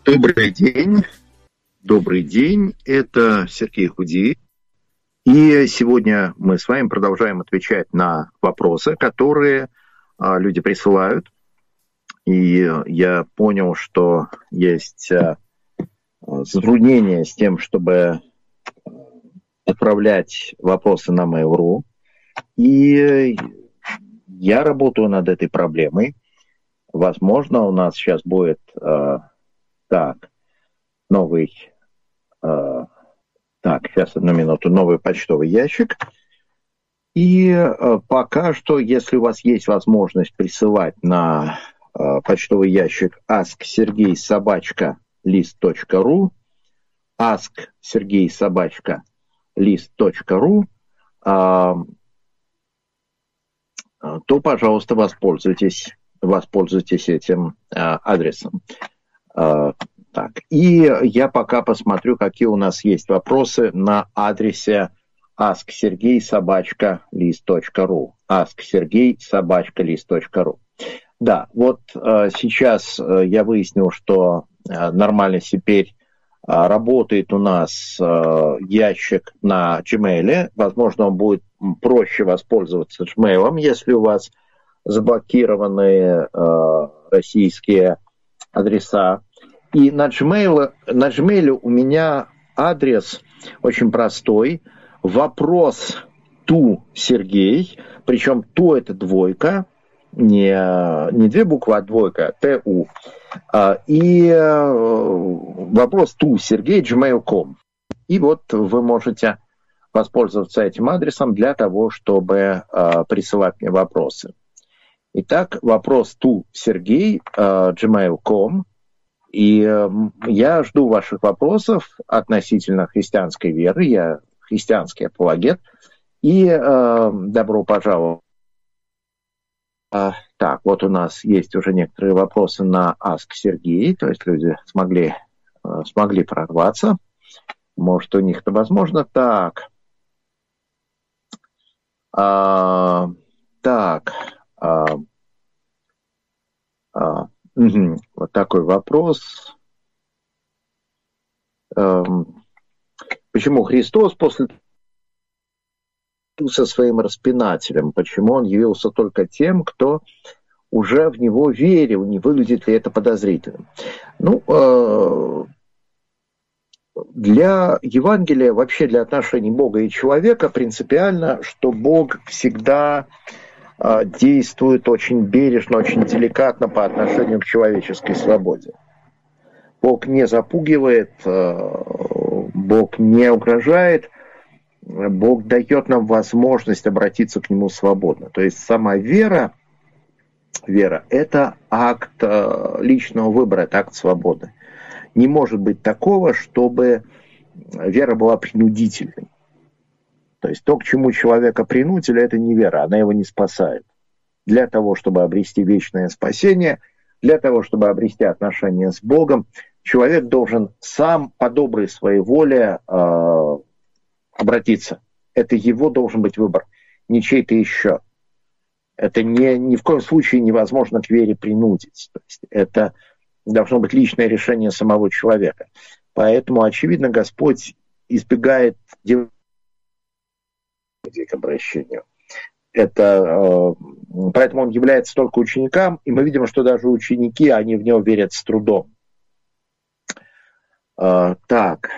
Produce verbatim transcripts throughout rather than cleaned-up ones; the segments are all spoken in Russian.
Добрый день. Добрый день. Это Сергей Худеев. И сегодня мы с вами продолжаем отвечать на вопросы, которые а, люди присылают. И я понял, что есть а, затруднение с тем, чтобы отправлять вопросы на Mail.ru. И я работаю над этой проблемой. Возможно, у нас сейчас будет э, так, новый, э, так, сейчас одну минуту, новый почтовый ящик. И э, пока что, если у вас есть возможность присылать на э, почтовый ящик ask sergey собака list точка ру, ask sergey собака list точка ру, э, то, пожалуйста, воспользуйтесь. воспользуйтесь этим э, адресом. Э, так. И я пока посмотрю, какие у нас есть вопросы на адресе ask sergey собака list точка ру. ask sergey собака list точка ру. Да, вот э, сейчас э, я выяснил, что э, нормально теперь э, работает у нас э, ящик на Gmail. Возможно, он будет проще воспользоваться Gmail, если у вас заблокированные э, российские адреса. И на Gmail, на Gmail у меня адрес очень простой. Вопрос ту Сергей, причем ту это двойка, не, не две буквы, а двойка, ту. И вопрос ту Сергей джимейл точка ком. И вот вы можете воспользоваться этим адресом для того, чтобы присылать мне вопросы. Итак, вопрос ту Сергей джимейл точка ком. И я жду ваших вопросов относительно христианской веры. Я христианский апологет. И э, добро пожаловать. А, так, вот у нас есть уже некоторые вопросы на Ask Сергей. То есть люди смогли, э, смогли прорваться. Может, у них это возможно. Так. А, так. А, а, угу, вот такой вопрос. А, почему Христос после со своим распинателем, почему он явился только тем, кто уже в него верил, не выглядит ли это подозрительным? Ну, э, для Евангелия, вообще для отношений Бога и человека принципиально, что Бог всегда э, действует очень бережно, очень деликатно по отношению к человеческой свободе. Бог не запугивает, э, Бог не угрожает, Бог дает нам возможность обратиться к Нему свободно. То есть сама вера, вера – это акт личного выбора, это акт свободы. Не может быть такого, чтобы вера была принудительной. То есть то, к чему человека принудили, это не вера, она его не спасает. Для того, чтобы обрести вечное спасение, для того, чтобы обрести отношения с Богом, человек должен сам по доброй своей воле э, обратиться. Это его должен быть выбор, не чей-то еще. Это не, ни в коем случае невозможно к вере принудить. То есть это должно быть личное решение самого человека. Поэтому, очевидно, Господь избегает к обращению. Это, э, поэтому он является только ученикам, и мы видим, что даже ученики, они в него верят с трудом. Э, так.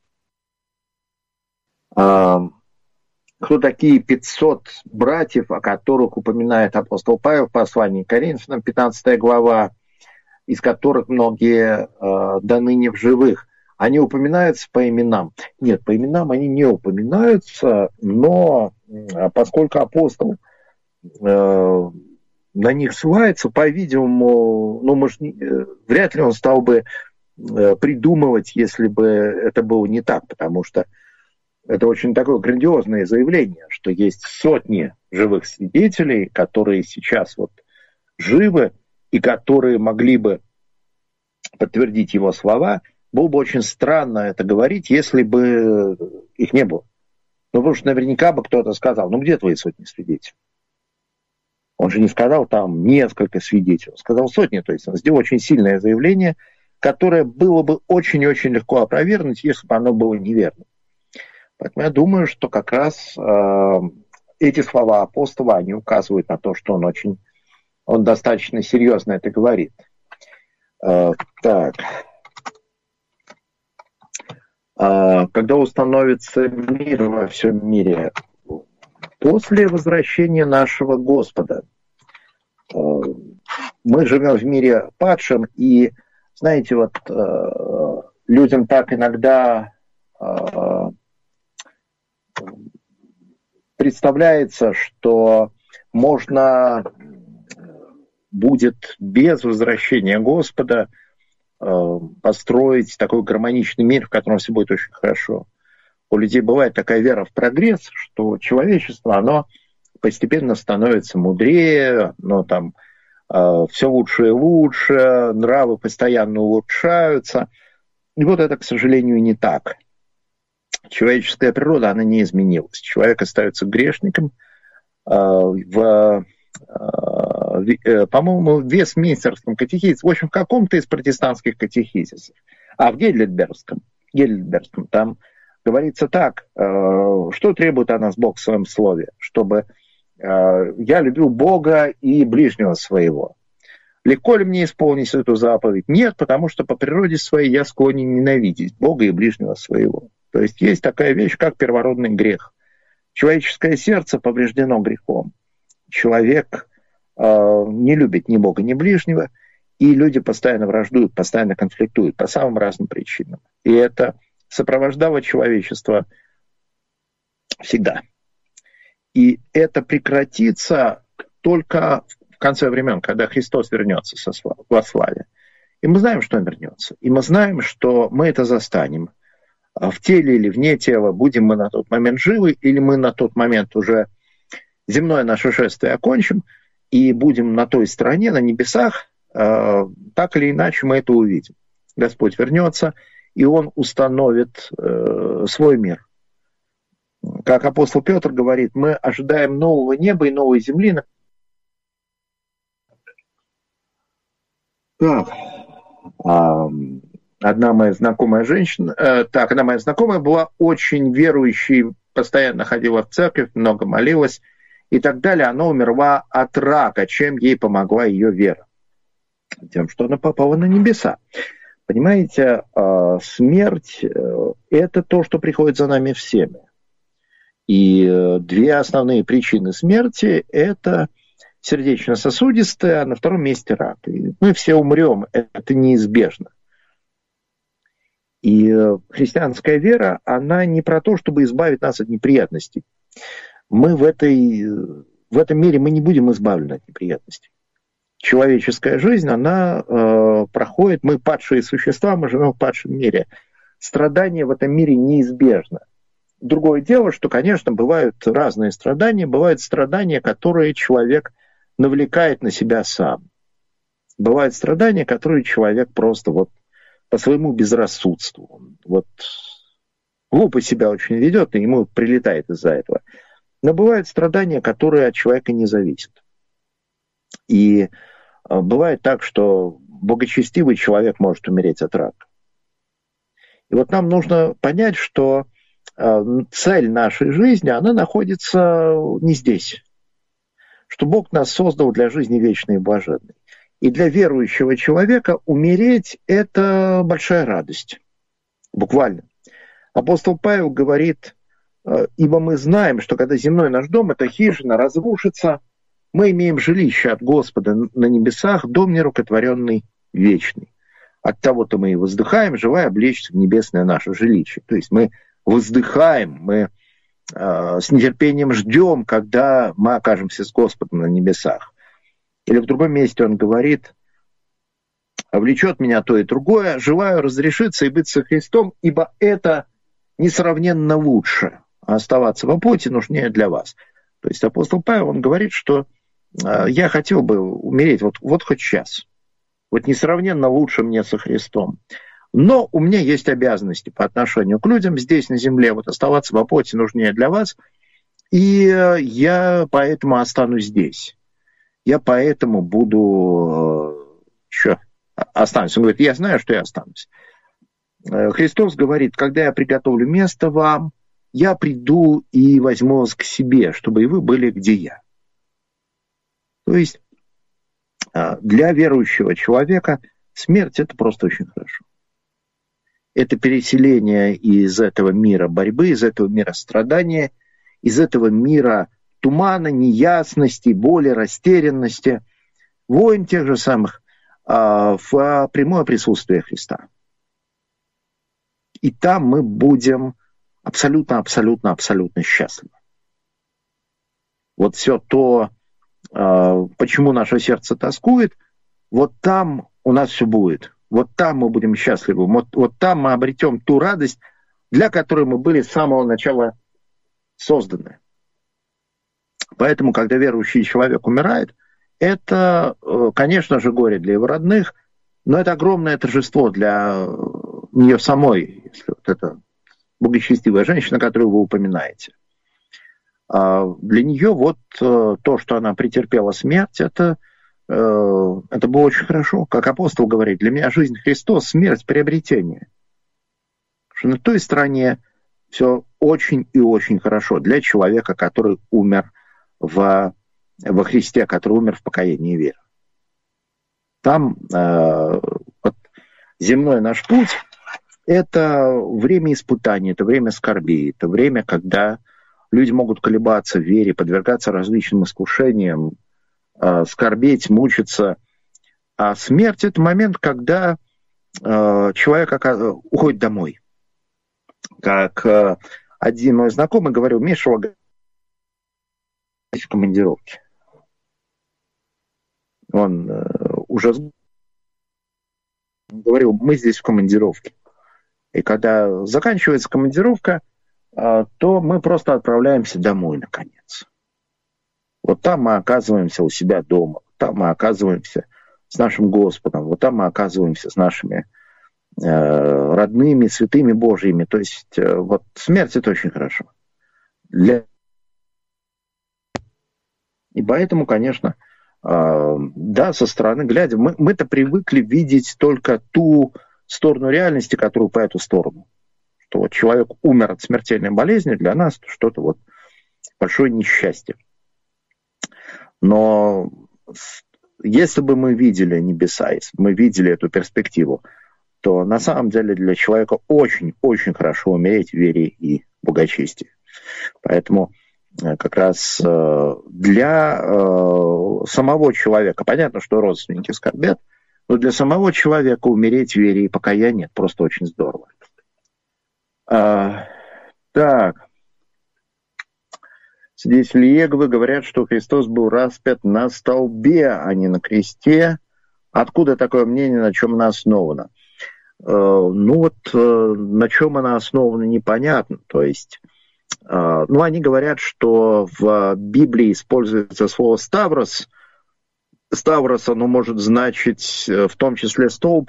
Кто такие пятьсот братьев, о которых упоминает апостол Павел в послании к Коринфянам, пятнадцатая глава, из которых многие э, до ныне в живых? Они упоминаются по именам? Нет, по именам они не упоминаются, но поскольку апостол э, на них ссылается, по-видимому, ну, может, э, вряд ли он стал бы э, придумывать, если бы это было не так, потому что это очень такое грандиозное заявление, что есть сотни живых свидетелей, которые сейчас вот живы и которые могли бы подтвердить его слова. Было бы очень странно это говорить, если бы их не было. Ну, потому что наверняка бы кто-то сказал, ну, где твои сотни свидетелей? Он же не сказал там несколько свидетелей, он сказал сотни. То есть он сделал очень сильное заявление, которое было бы очень-очень легко опровергнуть, если бы оно было неверным. Поэтому я думаю, что как раз э, эти слова апостола, они указывают на то, что он очень, он достаточно серьезно это говорит. Э, так. Э, когда установится мир во всем мире, после возвращения нашего Господа, э, мы живем в мире падшем, и, знаете, вот э, людям так иногда э, представляется, что можно будет без возвращения Господа э, построить такой гармоничный мир, в котором все будет очень хорошо. У людей бывает такая вера в прогресс, что человечество, оно постепенно становится мудрее, но там э, все лучше и лучше, нравы постоянно улучшаются. И вот это, к сожалению, не так. Человеческая природа, она не изменилась. Человек остается грешником. Э, в, э, по-моему, в Вестминстерском катехизисе, в общем, в каком-то из протестантских катехизисов, а в Гейдельбергском, Гейдельбергском там говорится так, э, что требует от нас Бог в своем слове, чтобы э, я любил Бога и ближнего своего. Легко ли мне исполнить эту заповедь? Нет, потому что по природе своей я склонен ненавидеть Бога и ближнего своего. То есть есть такая вещь, как первородный грех. Человеческое сердце повреждено грехом. Человек э, не любит ни Бога, ни ближнего, и люди постоянно враждуют, постоянно конфликтуют по самым разным причинам. И это сопровождало человечество всегда. И это прекратится только в конце времен, когда Христос вернется со слав... во славе. И мы знаем, что Он вернется. И мы знаем, что мы это застанем. В теле или вне тела, будем мы на тот момент живы, или мы на тот момент уже земное наше шествие окончим, и будем на той стороне, на небесах, так или иначе мы это увидим. Господь вернется, и Он установит свой мир. Как апостол Петр говорит, мы ожидаем нового неба и новой земли. Так. Одна моя знакомая женщина, э, так, одна моя знакомая была очень верующей, постоянно ходила в церковь, много молилась и так далее. Она умерла от рака, чем ей помогла ее вера? Тем, что она попала на небеса. Понимаете, э, смерть э, – это то, что приходит за нами всеми. И э, две основные причины смерти – это сердечно-сосудистая, а на втором месте рак. И мы все умрем, это неизбежно. И христианская вера, она не про то, чтобы избавить нас от неприятностей. Мы в, этой, в этом мире мы не будем избавлены от неприятностей. Человеческая жизнь, она э, проходит, мы падшие существа, мы живем в падшем мире. Страдания в этом мире неизбежно. Другое дело, что, конечно, бывают разные страдания. Бывают страдания, которые человек навлекает на себя сам. Бывают страдания, которые человек просто вот по своему безрассудству. Он вот глупо себя очень ведет, и ему прилетает из-за этого. Но бывают страдания, которые от человека не зависят. И бывает так, что благочестивый человек может умереть от рака. И вот нам нужно понять, что цель нашей жизни, она находится не здесь. Что Бог нас создал для жизни вечной и блаженной. И для верующего человека умереть – это большая радость. Буквально. Апостол Павел говорит, ибо мы знаем, что когда земной наш дом, эта хижина, разрушится, мы имеем жилище от Господа на небесах, дом нерукотворенный вечный. От того-то мы и воздыхаем, желая облечься в небесное наше жилище. То есть мы воздыхаем, мы э, с нетерпением ждем, когда мы окажемся с Господом на небесах. Или в другом месте он говорит, влечет меня то и другое, желаю разрешиться и быть со Христом, ибо это несравненно лучше, а оставаться во плоти нужнее для вас. То есть апостол Павел, он говорит, что э, я хотел бы умереть вот, вот хоть сейчас. Вот несравненно лучше мне со Христом. Но у меня есть обязанности по отношению к людям здесь на земле. Вот оставаться во плоти нужнее для вас. И э, я поэтому останусь здесь. Я поэтому буду... Что? останусь. Он говорит, я знаю, что я останусь. Христос говорит, когда я приготовлю место вам, я приду и возьму вас к себе, чтобы и вы были, где я. То есть для верующего человека смерть – это просто очень хорошо. Это переселение из этого мира борьбы, из этого мира страдания, из этого мира тумана, неясности, боли, растерянности, войн тех же самых, в прямое присутствие Христа. И там мы будем абсолютно, абсолютно, абсолютно счастливы. Вот все то, почему наше сердце тоскует, вот там у нас все будет. Вот там мы будем счастливы. Вот, вот там мы обретем ту радость, для которой мы были с самого начала созданы. Поэтому, когда верующий человек умирает, это, конечно же, горе для его родных, но это огромное торжество для нее самой, если вот это благочестивая женщина, которую вы упоминаете. Для нее вот то, что она претерпела смерть, это, это было очень хорошо. Как апостол говорит, для меня жизнь Христос, смерть приобретение. Потому что на той стороне все очень и очень хорошо для человека, который умер в, во Христе, который умер в покаянии и вере. Там э, вот, земной наш путь – это время испытаний, это время скорби, это время, когда люди могут колебаться в вере, подвергаться различным искушениям, э, скорбеть, мучиться. А смерть – это момент, когда э, человек уходит домой. Как э, один мой знакомый говорил, Миша, в командировке. Он э, уже говорил, мы здесь в командировке. И когда заканчивается командировка, э, то мы просто отправляемся домой, наконец. Вот там мы оказываемся у себя дома, там мы оказываемся с нашим Господом, вот там мы оказываемся с нашими э, родными, святыми Божьими. То есть э, вот смерть – это очень хорошо. Для... И поэтому, конечно, э, да, со стороны глядя, мы, мы-то привыкли видеть только ту сторону реальности, которую по эту сторону. Что вот человек умер от смертельной болезни, для нас что-то вот большое несчастье. Но если бы мы видели небеса, если бы мы видели эту перспективу, то на самом деле для человека очень-очень хорошо умереть в вере и благочестии. Поэтому как раз для самого человека, понятно, что родственники скорбят, но для самого человека умереть в вере и покаянии – просто очень здорово. А, так. Здесь Лиеговы говорят, что Христос был распят на столбе, а не на кресте. Откуда такое мнение, на чем оно основано? Э, ну вот, э, на чем оно основано, непонятно. То есть, э, ну они говорят, что в Библии используется слово «ставрос». «Ставрос» оно может значить в том числе столб,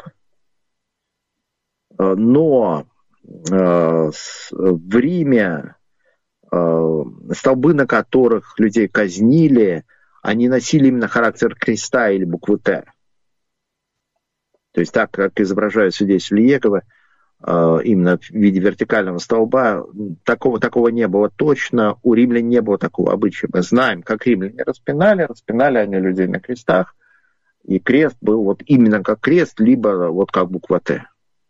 но э, в Риме столбы, на которых людей казнили, они носили именно характер креста или буквы «Т». То есть так, как изображаются здесь Лиеговы, именно в виде вертикального столба, такого, такого не было точно. У римлян не было такого обычая. Мы знаем, как римляне распинали. Распинали они людей на крестах. И крест был вот именно как крест, либо вот как буква «Т».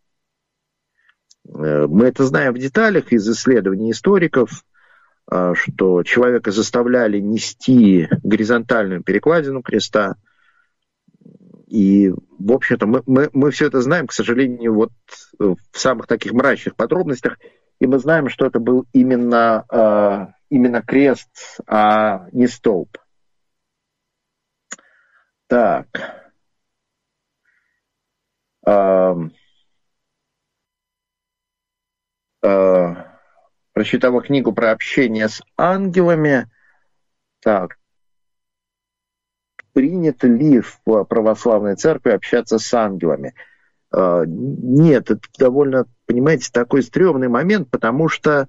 Мы это знаем в деталях из исследований историков, что человека заставляли нести горизонтальную перекладину креста. И, в общем-то, мы, мы, мы все это знаем, к сожалению, вот в самых таких мрачных подробностях. И мы знаем, что это был именно, именно крест, а не столб. Так. Прочитала книгу про общение с ангелами. Так. Принято ли в православной церкви общаться с ангелами? Нет, это довольно, понимаете, такой стрёмный момент, потому что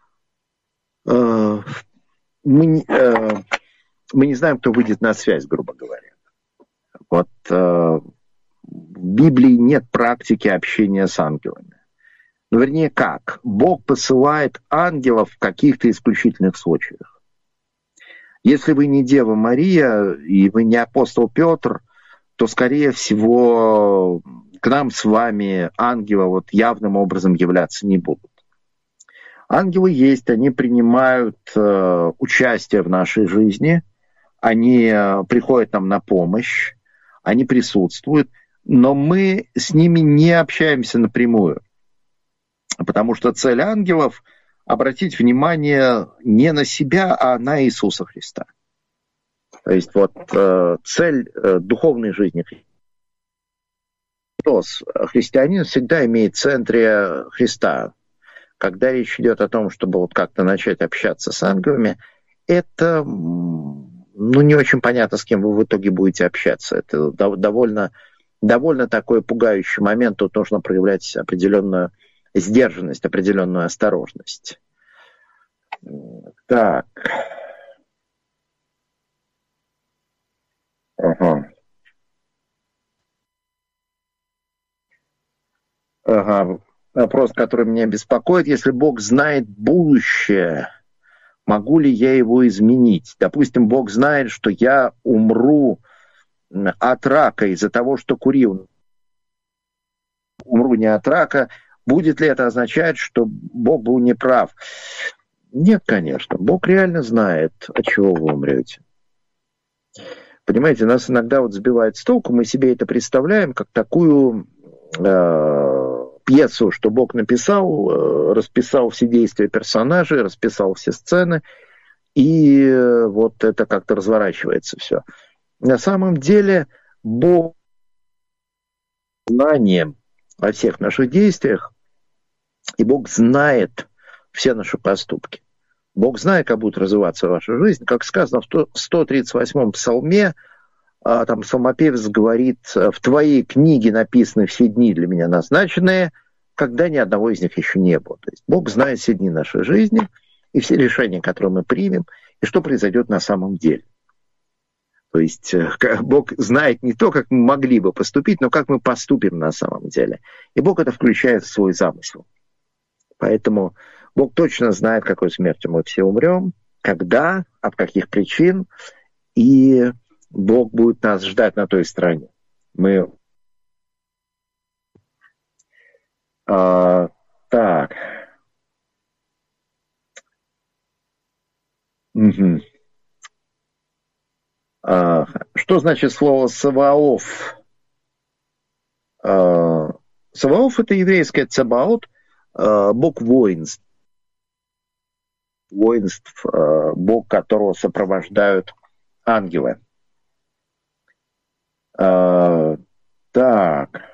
мы, мы не знаем, кто выйдет на связь, грубо говоря. Вот в Библии нет практики общения с ангелами. Ну, вернее, как? Бог посылает ангелов в каких-то исключительных случаях. Если вы не Дева Мария и вы не апостол Петр, то, скорее всего, к нам с вами ангелы вот явным образом являться не будут. Ангелы есть, они принимают э, участие в нашей жизни, они э, приходят нам на помощь, они присутствуют, но мы с ними не общаемся напрямую. Потому что цель ангелов – обратить внимание не на себя, а на Иисуса Христа. То есть вот э, цель э, духовной жизни Христос. Христианин всегда имеет в центре Христа. Когда речь идет о том, чтобы вот как-то начать общаться с ангелами, это ну, не очень понятно, с кем вы в итоге будете общаться. Это довольно, довольно такой пугающий момент. Тут нужно проявлять определенную сдержанность, определенную осторожность. Так. Ага. Ага. Вопрос, который меня беспокоит. Если Бог знает будущее, могу ли я его изменить? Допустим, Бог знает, что я умру от рака из-за того, что курил. Умру не от рака. Будет ли это означать, что Бог был неправ? Нет, конечно. Бог реально знает, от чего вы умрете. Понимаете, нас иногда вот сбивает с толку, мы себе это представляем как такую э, пьесу, что Бог написал, э, расписал все действия персонажей, расписал все сцены, и э, вот это как-то разворачивается все. На самом деле Бог знанием о всех наших действиях, и Бог знает все наши поступки. Бог знает, как будет развиваться ваша жизнь. Как сказано в сто тридцать восьмом псалме, там псалмопевец говорит: в твоей книге написаны все дни для меня назначенные, когда ни одного из них еще не было. То есть Бог знает все дни нашей жизни и все решения, которые мы примем, и что произойдет на самом деле. То есть Бог знает не то, как мы могли бы поступить, но как мы поступим на самом деле. И Бог это включает в свой замысел. Поэтому Бог точно знает, какой смертью мы все умрем, когда, от каких причин, и Бог будет нас ждать на той стороне. Мы... А, так. Угу. А, что значит слово «саваоф»? А, «Саваоф» — это еврейское «цабаот», а, бог воинств. Воинств, а, бог, которого сопровождают ангелы. А, так.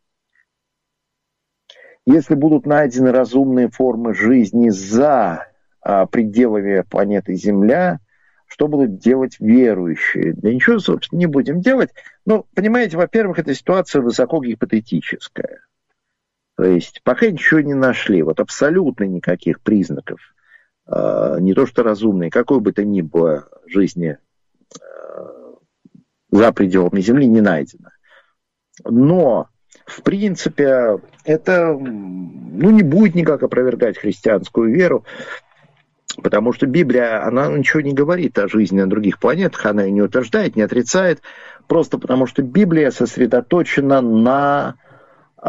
Если будут найдены разумные формы жизни за а, пределами планеты Земля, что будут делать верующие? Да ничего, собственно, не будем делать. Но, понимаете, во-первых, эта ситуация высоко гипотетическая. То есть пока ничего не нашли, вот абсолютно никаких признаков, э, не то что разумной, какой бы то ни было жизни э, за пределами Земли не найдено. Но, в принципе, это ну, не будет никак опровергать христианскую веру. Потому что Библия, она ничего не говорит о жизни на других планетах, она ее не утверждает, не отрицает, просто потому что Библия сосредоточена на, э,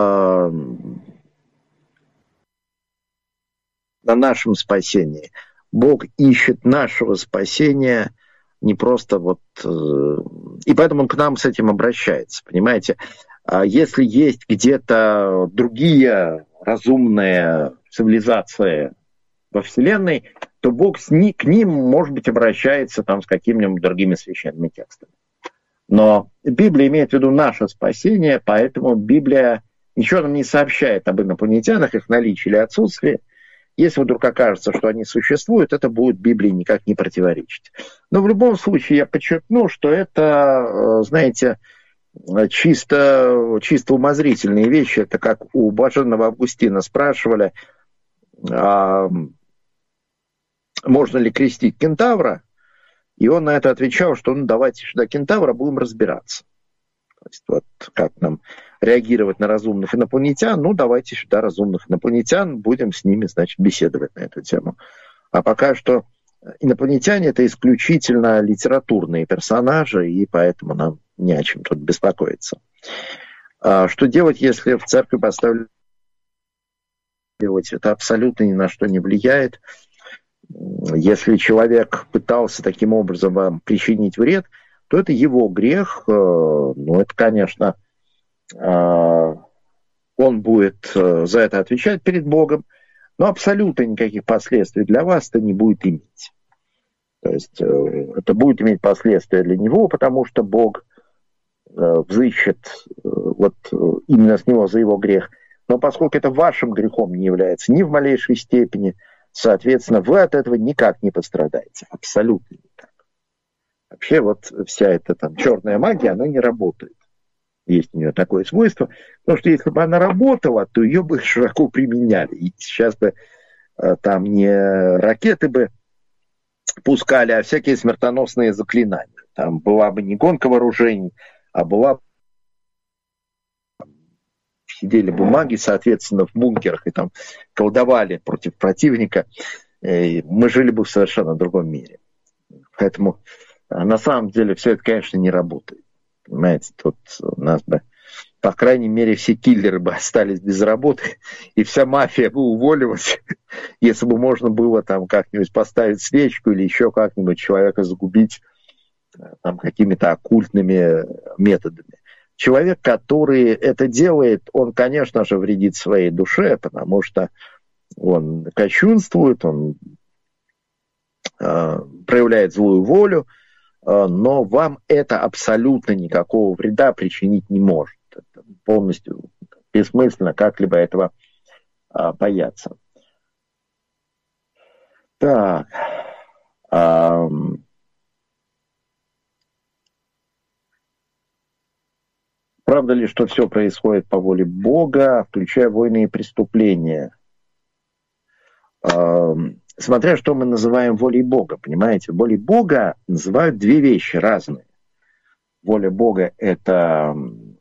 на нашем спасении. Бог ищет нашего спасения не просто вот... Э, и поэтому Он к нам с этим обращается, понимаете? А если есть где-то другие разумные цивилизации во Вселенной, то Бог с ни, к ним, может быть, обращается там, с какими-нибудь другими священными текстами. Но Библия имеет в виду наше спасение, поэтому Библия ничего нам не сообщает об инопланетянах, их наличии или отсутствии. Если вдруг окажется, что они существуют, это будет Библии никак не противоречить. Но в любом случае я подчеркну, что это, знаете, чисто, чисто умозрительные вещи. Это как у блаженного Августина спрашивали, а можно ли крестить кентавра, и он на это отвечал, что ну давайте сюда кентавра, будем разбираться. То есть вот как нам реагировать на разумных инопланетян? Ну, давайте сюда разумных инопланетян, будем с ними, значит, беседовать на эту тему. А пока что инопланетяне – это исключительно литературные персонажи, и поэтому нам не о чем тут беспокоиться. А что делать, если в церкви поставили? Это абсолютно ни на что не влияет. Если человек пытался таким образом вам причинить вред, то это его грех. Ну, это, конечно, он будет за это отвечать перед Богом, но абсолютно никаких последствий для вас это не будет иметь. То есть это будет иметь последствия для него, потому что Бог взыщет вот именно с него за его грех. Но поскольку это вашим грехом не является ни в малейшей степени, соответственно, вы от этого никак не пострадаете. Абсолютно никак. Вообще вот вся эта там черная магия, она не работает. Есть у нее такое свойство. Потому что если бы она работала, то ее бы широко применяли. И сейчас бы там не ракеты бы пускали, а всякие смертоносные заклинания. Там была бы не гонка вооружений, а была сидели бумаги, соответственно, в бункерах и там колдовали против противника. И мы жили бы в совершенно другом мире. Поэтому на самом деле все это, конечно, не работает. Понимаете, тут у нас бы, по крайней мере, все киллеры бы остались без работы, и вся мафия бы уволилась, если бы можно было там как-нибудь поставить свечку или еще как-нибудь человека загубить там какими-то оккультными методами. Человек, который это делает, он, конечно же, вредит своей душе, потому что он кощунствует, он э, проявляет злую волю, э, но вам это абсолютно никакого вреда причинить не может. Это полностью бессмысленно как-либо этого э, бояться. Так. Э, Правда ли, что все происходит по воле Бога, включая войны и преступления? Смотря что мы называем волей Бога, понимаете? Волей Бога называют две вещи разные. Воля Бога – это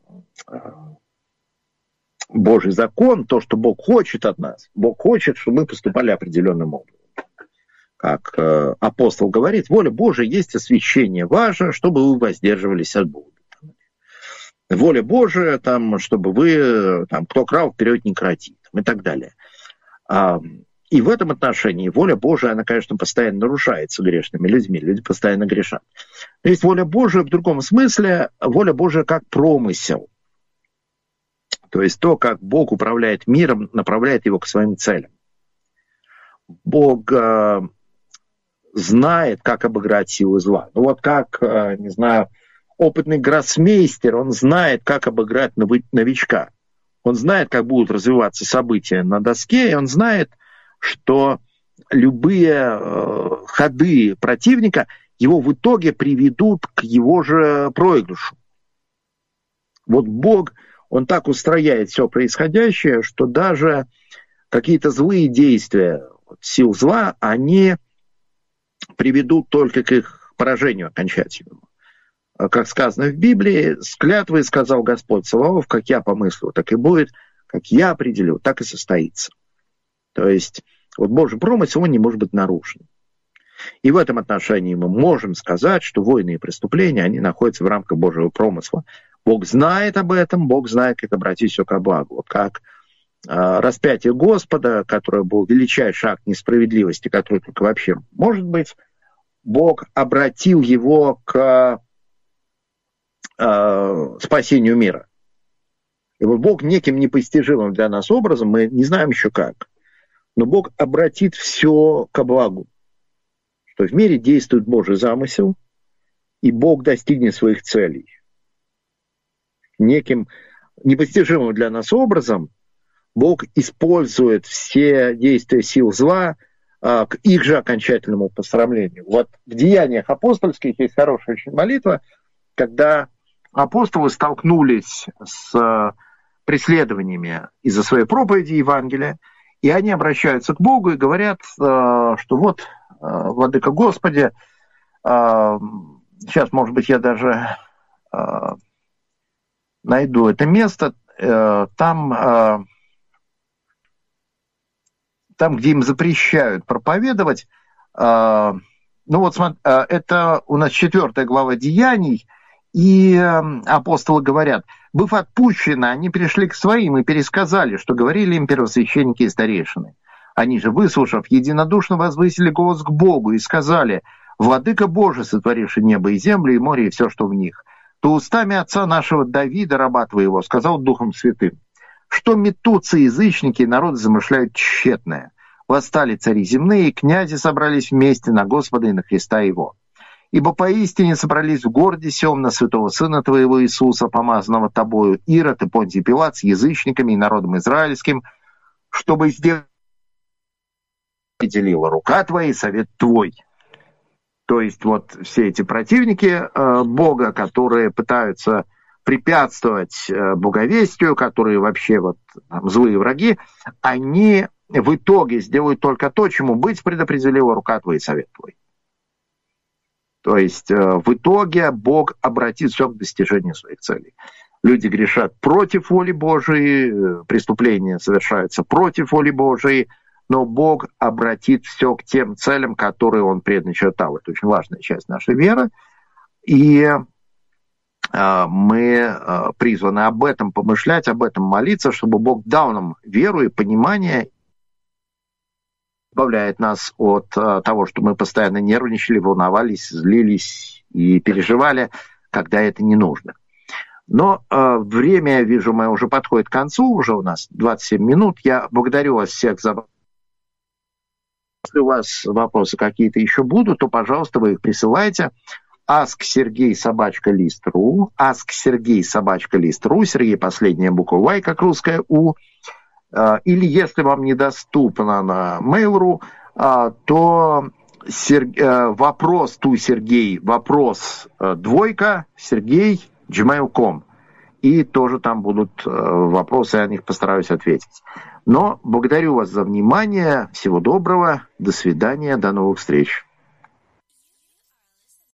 Божий закон, то, что Бог хочет от нас. Бог хочет, чтобы мы поступали определенным образом. Как апостол говорит, воля Божия есть освящение. Важно, чтобы вы воздерживались от блуда. Воля Божия, там, чтобы вы, там, кто крал, вперед не крати, там, и так далее. А, и в этом отношении воля Божия, она, конечно, постоянно нарушается грешными людьми, люди постоянно грешат. То есть воля Божия в другом смысле, воля Божия как промысел. То есть то, как Бог управляет миром, направляет его к своим целям. Бог э, знает, как обыграть силы зла. Ну вот как, э, не знаю, опытный гроссмейстер, он знает, как обыграть новичка. Он знает, как будут развиваться события на доске, и он знает, что любые э, ходы противника его в итоге приведут к его же проигрышу. Вот Бог, он так устрояет все происходящее, что даже какие-то злые действия сил зла, они приведут только к их поражению окончательному. Как сказано в Библии, с клятвой сказал Господь Саваоф, как я помыслю, так и будет, как я определю, так и состоится. То есть вот Божий промысел, он не может быть нарушен. И в этом отношении мы можем сказать, что войны и преступления, они находятся в рамках Божьего промысла. Бог знает об этом, Бог знает, как обратить все ко благу. Вот как э, распятие Господа, которое был величайший акт несправедливости, который только вообще может быть, Бог обратил его к спасению мира. И вот Бог неким непостижимым для нас образом, мы не знаем еще как, но Бог обратит все ко благу. Что в мире действует Божий замысел, и Бог достигнет своих целей. Неким непостижимым для нас образом Бог использует все действия сил зла а, к их же окончательному посрамлению. Вот в Деяниях апостольских есть хорошая очень молитва, когда апостолы столкнулись с преследованиями из-за своей проповеди Евангелия, и они обращаются к Богу и говорят, что вот, Владыка Господи, сейчас, может быть, я даже найду это место. Там, там, где им запрещают проповедовать, ну вот, это у нас четвертая глава Деяний, и апостолы говорят: быв отпущены, они пришли к своим и пересказали, что говорили им первосвященники и старейшины. Они же, выслушав, единодушно возвысили голос к Богу и сказали: «Владыка Божий, сотворивший небо и землю, и море, и все, что в них, то устами отца нашего Давида, раба твоего, сказал Духом Святым, что метутся язычники, и народы замышляют тщетное. Восстали цари земные, и князи собрались вместе на Господа и на Христа Его. Ибо поистине собрались в городе сем на святого Сына Твоего Иисуса, помазанного Тобою, Ирод и Понтий Пилат с язычниками и народом израильским, чтобы сделать, определила рука Твоя и совет Твой». То есть вот все эти противники э, Бога, которые пытаются препятствовать э, боговестию, которые вообще вот там, злые враги, они в итоге сделают только то, чему быть предопределила рука Твоя и совет Твой. То есть э, в итоге Бог обратит все к достижению своих целей. Люди грешат против воли Божией, преступления совершаются против воли Божией, но Бог обратит все к тем целям, которые Он предначертал. Это очень важная часть нашей веры. И э, мы э, призваны об этом помышлять, об этом молиться, чтобы Бог дал нам веру и понимание, избавляет нас от э, того, что мы постоянно нервничали, волновались, злились и переживали, когда это не нужно. Но э, время, я вижу, мое уже подходит к концу, уже у нас двадцать семь минут. Я благодарю вас всех за... Если у вас вопросы какие-то еще будут, то, пожалуйста, вы их присылайте. ask sergey собака лист точка ру, ask sergey собака лист точка ру, Сергей последняя буква Y, как русская У. Или если вам недоступно на Mail.ru, то вопрос ту Сергей, вопрос двойка, Сергей, gmail точка com. И тоже там будут вопросы, я на них постараюсь ответить. Но благодарю вас за внимание. Всего доброго. До свидания. До новых встреч.